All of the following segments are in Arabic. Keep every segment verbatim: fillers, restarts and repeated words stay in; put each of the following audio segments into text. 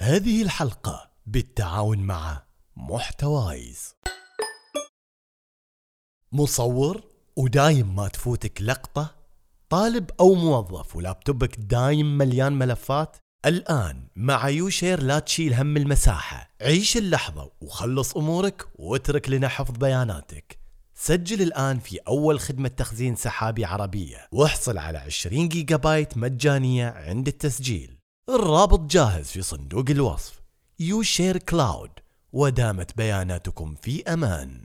هذه الحلقة بالتعاون مع محتوايز. مصور ودايم ما تفوتك لقطة، طالب أو موظف ولابتوبك دايم مليان ملفات. الآن مع يوشير لا تشيل هم المساحة، عيش اللحظة وخلص أمورك واترك لنا حفظ بياناتك. سجل الآن في أول خدمة تخزين سحابي عربية واحصل على عشرين جيجا بايت مجانية عند التسجيل. الرابط جاهز في صندوق الوصف. يوشير كلاود، ودامت بياناتكم في أمان.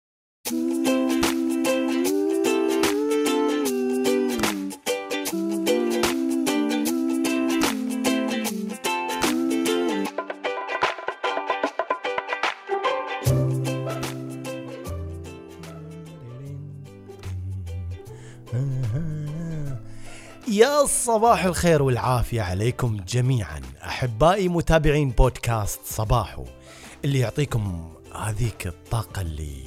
يا صباح الخير والعافية عليكم جميعا أحبائي متابعين بودكاست صباحو، اللي يعطيكم هذيك الطاقة اللي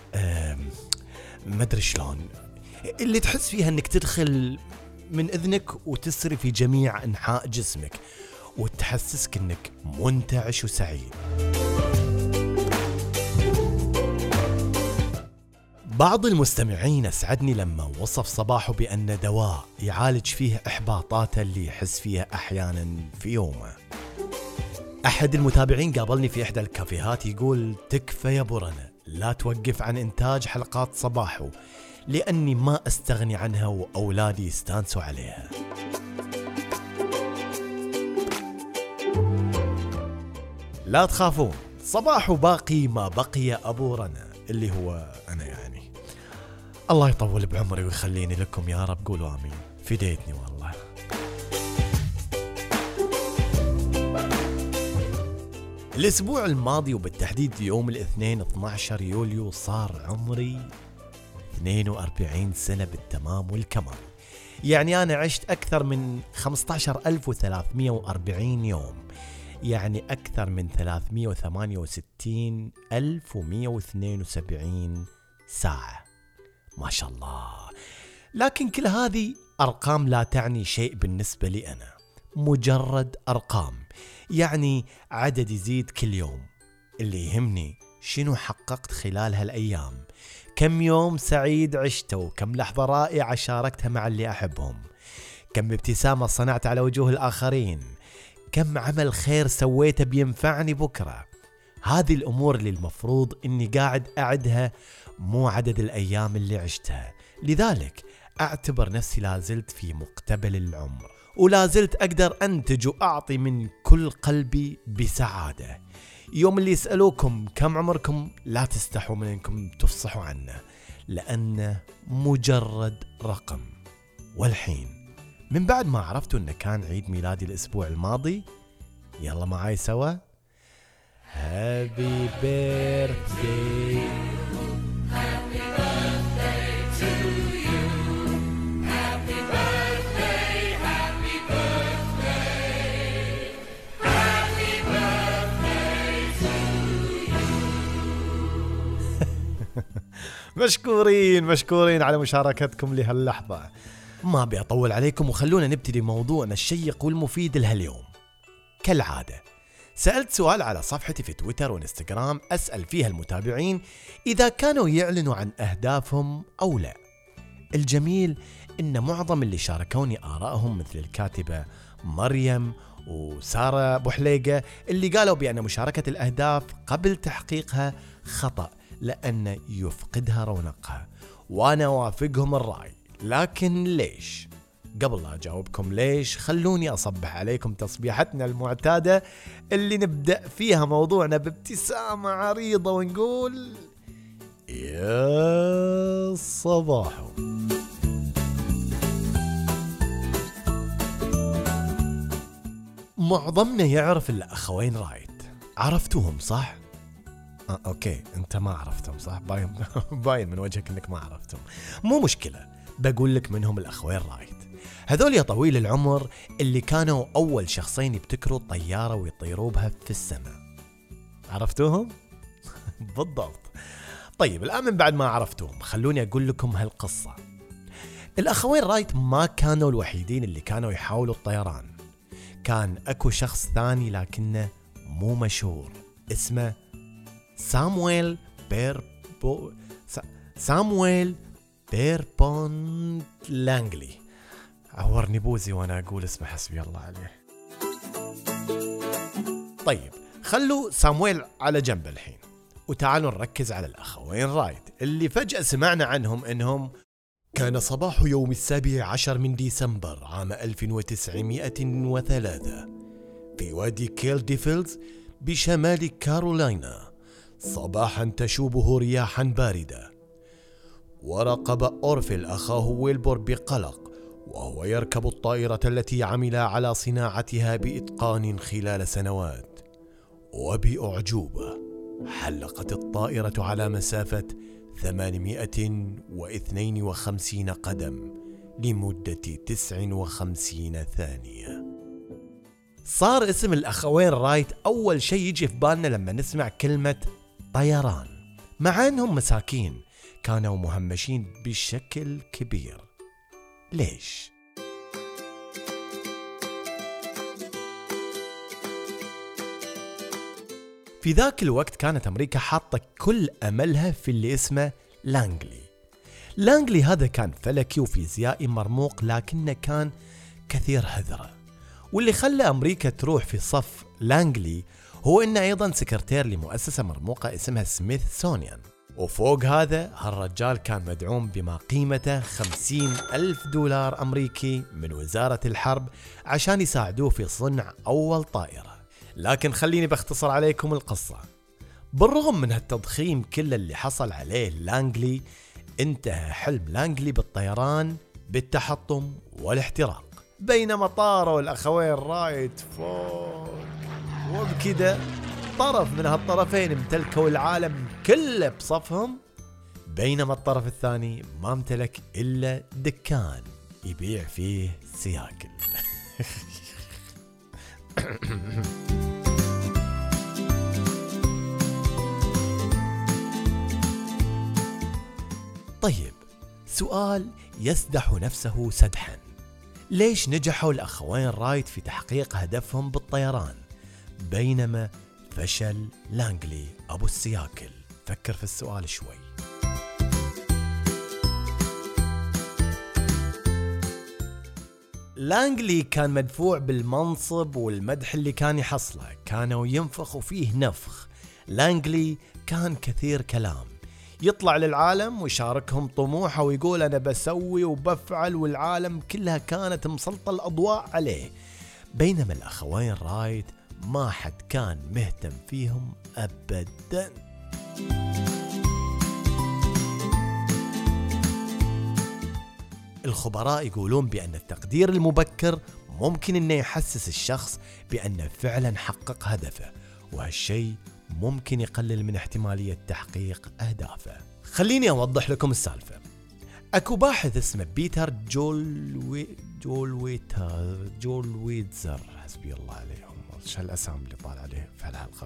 ما أدري شلون، اللي تحس فيها أنك تدخل من إذنك وتسري في جميع أنحاء جسمك وتحسسك أنك منتعش وسعيد. بعض المستمعين أسعدني لما وصف صباحه بأن دواء يعالج فيه إحباطاته اللي يحس فيها أحيانا في يومه. أحد المتابعين قابلني في إحدى الكافيهات يقول: تكفى يا برنا، لا توقف عن إنتاج حلقات صباحه لأني ما أستغني عنها وأولادي يستانسوا عليها. لا تخافون، صباحه باقي ما بقي أبو رنا اللي هو أنا يعني. الله يطول بعمري ويخليني لكم يا رب، قولوا آمين. فديتني والله. الأسبوع الماضي وبالتحديد يوم الاثنين اثني عشر يوليو صار عمري اثنين وأربعين سنة بالتمام والكمال. يعني أنا عشت أكثر من خمسة عشر ألف وثلاثمئة وأربعين يوم، يعني أكثر من ثلاثمئة وثمانية وستين ألف ومئة واثنين وسبعين ساعة. ما شاء الله. لكن كل هذه أرقام لا تعني شيء بالنسبة لي أنا، مجرد أرقام، يعني عدد يزيد كل يوم. اللي يهمني شنو حققت خلال هالأيام، كم يوم سعيد عشته، وكم لحظة رائعة شاركتها مع اللي أحبهم، كم ابتسامة صنعت على وجوه الآخرين، كم عمل خير سويته بينفعني بكرة. هذه الأمور اللي المفروض إني قاعد أعدها، مو عدد الأيام اللي عشتها. لذلك أعتبر نفسي لازلت في مقتبل العمر، ولازلت أقدر أنتج وأعطي من كل قلبي بسعادة. يوم اللي يسألوكم كم عمركم لا تستحوا من أنكم تفصحوا عنه، لأنه مجرد رقم. والحين من بعد ما عرفتوا أنه كان عيد ميلادي الأسبوع الماضي، يلا معاي سوا Happy birthday Happy birthday to you Happy birthday Happy birthday Happy birthday to you. مشكورين مشكورين على مشاركتكم لهاللحظة. ما أبي أطول عليكم وخلونا نبتدي موضوعنا الشيق والمفيد لهاليوم. كالعادة سألت سؤال على صفحتي في تويتر وإنستغرام أسأل فيها المتابعين إذا كانوا يعلنوا عن أهدافهم أو لا. الجميل إن معظم اللي شاركوني آرائهم، مثل الكاتبة مريم وسارة بوحليقة، اللي قالوا بأن مشاركة الأهداف قبل تحقيقها خطأ لأن يفقدها رونقها، وأنا وافقهم الرأي. لكن ليش؟ قبل لا أجاوبكم ليش، خلوني أصبح عليكم تصبيحتنا المعتادة اللي نبدأ فيها موضوعنا بابتسامة عريضة ونقول يا صباحو. معظمنا يعرف الأخوين رايت، عرفتوهم صح؟ آه، أوكي أنت ما عرفتهم صح، باين باين من وجهك أنك ما عرفتهم. مو مشكلة، بقول لك منهم الأخوين رايت. هذول يا طويل العمر اللي كانوا أول شخصين يبتكروا الطيارة ويطيروا بها في السماء. عرفتوهم؟ بالضبط. طيب الآن من بعد ما عرفتوهم خلوني أقول لكم هالقصة. الأخوين رايت ما كانوا الوحيدين اللي كانوا يحاولوا الطيران، كان أكو شخص ثاني لكنه مو مشهور اسمه سامويل بيربو سا... سامويل بيربونت لانغلي. عورني بوزي وانا اقول اسمه، حسبي الله عليه. طيب خلوا سامويل على جنب الحين، وتعالوا نركز على الأخوين رايت اللي فجأة سمعنا عنهم إنهم كان صباح يوم السابع عشر من ديسمبر عام ألف وتسعمائة وثلاثة في وادي كيل ديفيلز بشمال كارولاينا، صباحا تشوبه رياحا باردة. وراقب أورفيل أخاه ويلبور بقلق وهو يركب الطائرة التي عمل على صناعتها بإتقان خلال سنوات، وبأعجوبة حلقت الطائرة على مسافة ثمانمائة واثنين وخمسين قدم لمدة تسع وخمسين ثانية. صار اسم الأخوين رايت أول شيء يجي في بالنا لما نسمع كلمة طيران، مع أنهم مساكين كانوا مهمشين بشكل كبير. ليش؟ في ذاك الوقت كانت أمريكا حاطة كل أملها في اللي اسمه لانغلي. لانغلي هذا كان فلكي وفيزيائي مرموق، لكنه كان كثير هذرة، واللي خلى أمريكا تروح في صف لانغلي هو إنه أيضا سكرتير لمؤسسة مرموقة اسمها سميثسونيان. وفوق هذا هالرجال كان مدعوم بما قيمته خمسين ألف دولار أمريكي من وزارة الحرب عشان يساعدوه في صنع أول طائرة. لكن خليني باختصر عليكم القصة. بالرغم من هالتضخيم كله اللي حصل عليه لانغلي، انتهى حلم لانغلي بالطيران بالتحطم والاحتراق، بينما طاروا الأخوين رايت فوق، وبكده طرف من هالطرفين امتلكوا العالم كله بصفهم، بينما الطرف الثاني ما امتلك إلا دكان يبيع فيه سياكل. طيب سؤال يسدح نفسه سدحا، ليش نجحوا الأخوين رايت في تحقيق هدفهم بالطيران بينما فشل لانغلي أبو السياكل؟ فكر في السؤال شوي. لانغلي كان مدفوع بالمنصب والمدح اللي كان يحصله، كانوا ينفخوا فيه نفخ. لانغلي كان كثير كلام، يطلع للعالم ويشاركهم طموحه ويقول أنا بسوي وبفعل، والعالم كلها كانت مسلطة الأضواء عليه، بينما الأخوين رايت ما حد كان مهتم فيهم أبدا. الخبراء يقولون بأن التقدير المبكر ممكن أنه يحسس الشخص بأنه فعلا حقق هدفه، وهالشيء ممكن يقلل من احتمالية تحقيق أهدافه. خليني أوضح لكم السالفة. أكو باحث اسمه بيتر جول وي جول ويتر جول ويتزر، حسبي الله عليهم، شو الأسامي اللي طالع عليه في الحلقة.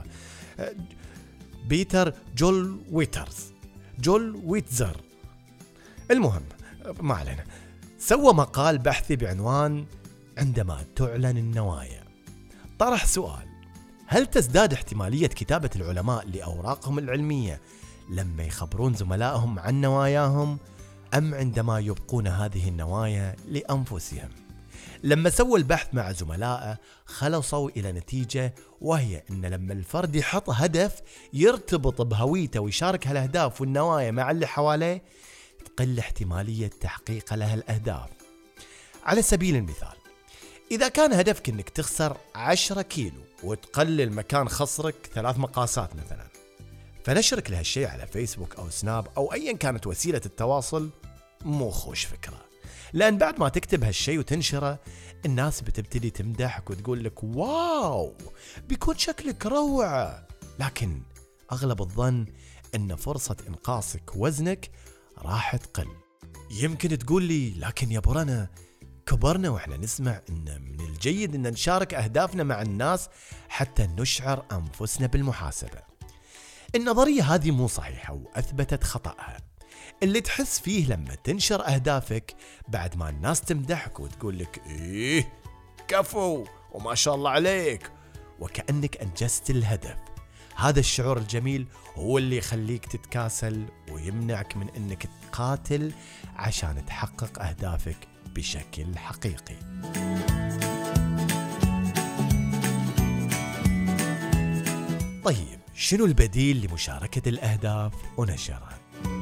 بيتر جول ويترز جول ويتزر، المهم ما علينا. سوى مقال بحثي بعنوان عندما تعلن النوايا. طرح سؤال: هل تزداد احتمالية كتابة العلماء لأوراقهم العلمية لما يخبرون زملائهم عن نواياهم، أم عندما يبقون هذه النوايا لأنفسهم؟ لما سوى البحث مع زملائه خلصوا إلى نتيجة، وهي أن لما الفرد يحط هدف يرتبط بهويته ويشارك هالأهداف والنوايا مع اللي حواليه، تقل احتمالية تحقيق لها الأهداف. على سبيل المثال، إذا كان هدفك أنك تخسر عشرة كيلو وتقلل مكان خصرك ثلاث مقاسات مثلا، فنشرك لهالشيء على فيسبوك أو سناب أو أيا كانت وسيلة التواصل مو خوش فكرة، لأن بعد ما تكتب هالشيء وتنشره الناس بتبتدي تمدحك وتقول لك واو بيكون شكلك روعة، لكن أغلب الظن أن فرصة إنقاصك وزنك راح تقل. يمكن تقول لي لكن يا برنا كبرنا وإحنا نسمع أن من الجيد أن نشارك أهدافنا مع الناس حتى نشعر أنفسنا بالمحاسبة. النظرية هذه مو صحيحة وأثبتت خطأها. اللي تحس فيه لما تنشر أهدافك بعد ما الناس تمدحك وتقول لك إيه كفو وما شاء الله عليك وكأنك أنجزت الهدف. هذا الشعور الجميل هو اللي يخليك تتكاسل ويمنعك من أنك تقاتل عشان تحقق أهدافك بشكل حقيقي. طيب، شنو البديل لمشاركة الأهداف ونشرها؟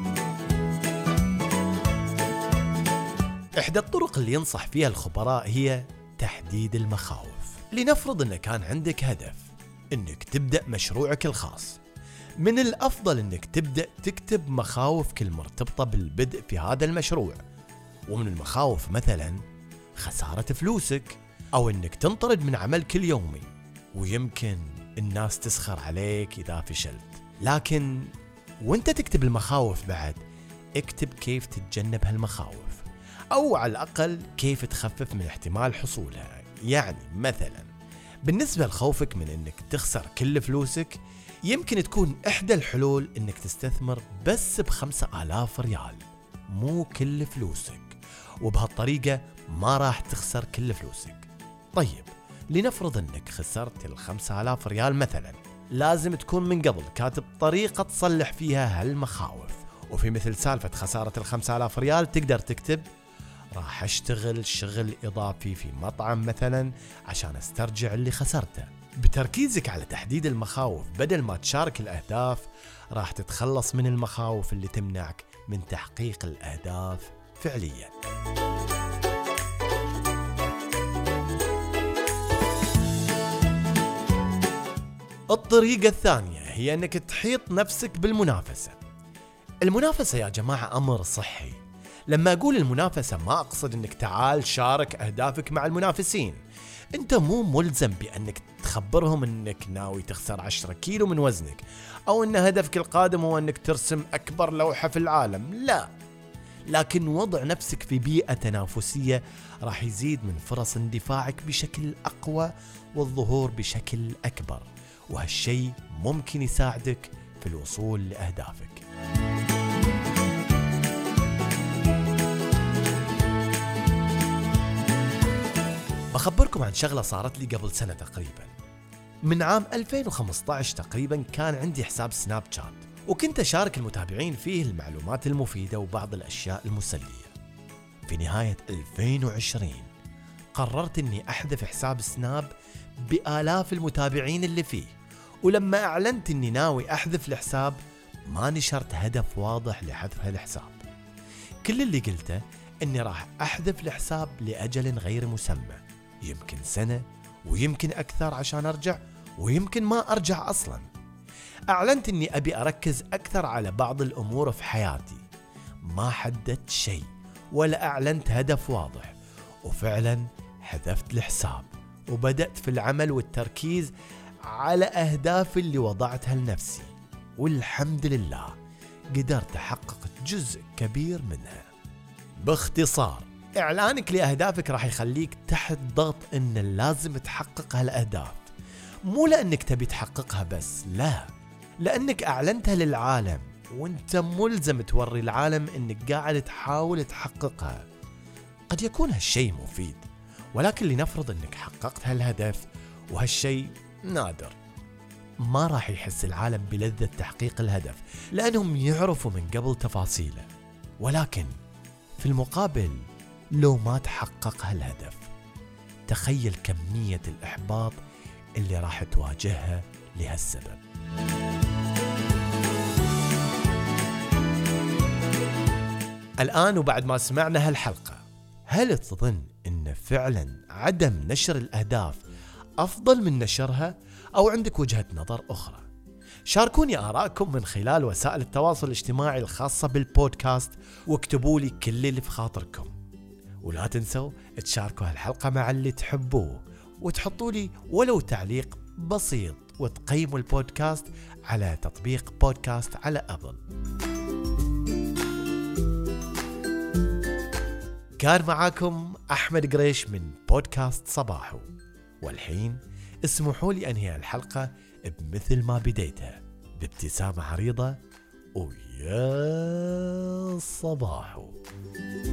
إحدى الطرق اللي ينصح فيها الخبراء هي تحديد المخاوف. لنفرض أن كان عندك هدف أنك تبدأ مشروعك الخاص، من الأفضل أنك تبدأ تكتب مخاوفك المرتبطة بالبدء في هذا المشروع. ومن المخاوف مثلا خسارة فلوسك، أو أنك تنطرد من عملك اليومي، ويمكن الناس تسخر عليك إذا فشلت. لكن وانت تكتب المخاوف بعد اكتب كيف تتجنب هالمخاوف، أو على الأقل كيف تخفف من احتمال حصولها. يعني مثلا بالنسبة لخوفك من أنك تخسر كل فلوسك، يمكن تكون إحدى الحلول أنك تستثمر بس بخمسة آلاف ريال، مو كل فلوسك، وبهالطريقة ما راح تخسر كل فلوسك. طيب، لنفرض أنك خسرت الخمسة آلاف ريال مثلا، لازم تكون من قبل كاتب طريقة تصلح فيها هالمخاوف. وفي مثل سالفة خسارة الخمسة آلاف ريال تقدر تكتب: راح أشتغل شغل إضافي في مطعم مثلا عشان أسترجع اللي خسرته. بتركيزك على تحديد المخاوف بدل ما تشارك الأهداف، راح تتخلص من المخاوف اللي تمنعك من تحقيق الأهداف فعليا. الطريقة الثانية هي أنك تحيط نفسك بالمنافسة. المنافسة يا جماعة أمر صحي. لما أقول المنافسة ما أقصد أنك تعال شارك أهدافك مع المنافسين. أنت مو ملزم بأنك تخبرهم أنك ناوي تخسر عشرة كيلو من وزنك، أو أن هدفك القادم هو أنك ترسم أكبر لوحة في العالم. لا، لكن وضع نفسك في بيئة تنافسية راح يزيد من فرص اندفاعك بشكل أقوى والظهور بشكل أكبر، وهالشيء ممكن يساعدك في الوصول لأهدافك. بخبركم عن شغلة صارت لي قبل سنة تقريبا. من عام ألفين وخمسة عشر تقريبا كان عندي حساب سناب شات، وكنت أشارك المتابعين فيه المعلومات المفيدة وبعض الأشياء المسلية. في نهاية ألفين وعشرين قررت أني أحذف حساب سناب بآلاف المتابعين اللي فيه، ولما أعلنت أني ناوي أحذف الحساب ما نشرت هدف واضح لحذف هالحساب. كل اللي قلته أني راح أحذف الحساب لأجل غير مسمى، يمكن سنة ويمكن أكثر عشان أرجع، ويمكن ما أرجع أصلا. أعلنت أني أبي أركز أكثر على بعض الأمور في حياتي، ما حددت شيء ولا أعلنت هدف واضح، وفعلا حذفت الحساب وبدأت في العمل والتركيز على أهدافي اللي وضعتها لنفسي، والحمد لله قدرت أحقق جزء كبير منها. باختصار، إعلانك لأهدافك راح يخليك تحت ضغط إن لازم تحقق هالأهداف، مو لأنك تبي تحققها بس، لا، لأنك أعلنتها للعالم، وانت ملزم توري العالم إنك قاعد تحاول تحققها. قد يكون هالشيء مفيد، ولكن لنفرض إنك حققت هالهدف وهالشيء نادر، ما راح يحس العالم بلذة تحقيق الهدف لأنهم يعرفوا من قبل تفاصيله. ولكن في المقابل لو ما تحقق هالهدف، تخيل كمية الإحباط اللي راح تواجهها لهالسبب. الآن وبعد ما سمعنا هالحلقة، هل تظن إن فعلا عدم نشر الأهداف أفضل من نشرها، أو عندك وجهة نظر أخرى؟ شاركوني آراءكم من خلال وسائل التواصل الاجتماعي الخاصة بالبودكاست، واكتبوا لي كل اللي في خاطركم. ولا تنسوا تشاركوا هالحلقة مع اللي تحبوه، وتحطوا لي ولو تعليق بسيط، وتقيموا البودكاست على تطبيق بودكاست على أبل. كان معاكم أحمد قريش من بودكاست صباحو، والحين اسمحوا لي أنهي الحلقة بمثل ما بديتها، بابتسامة عريضة ويا صباحو.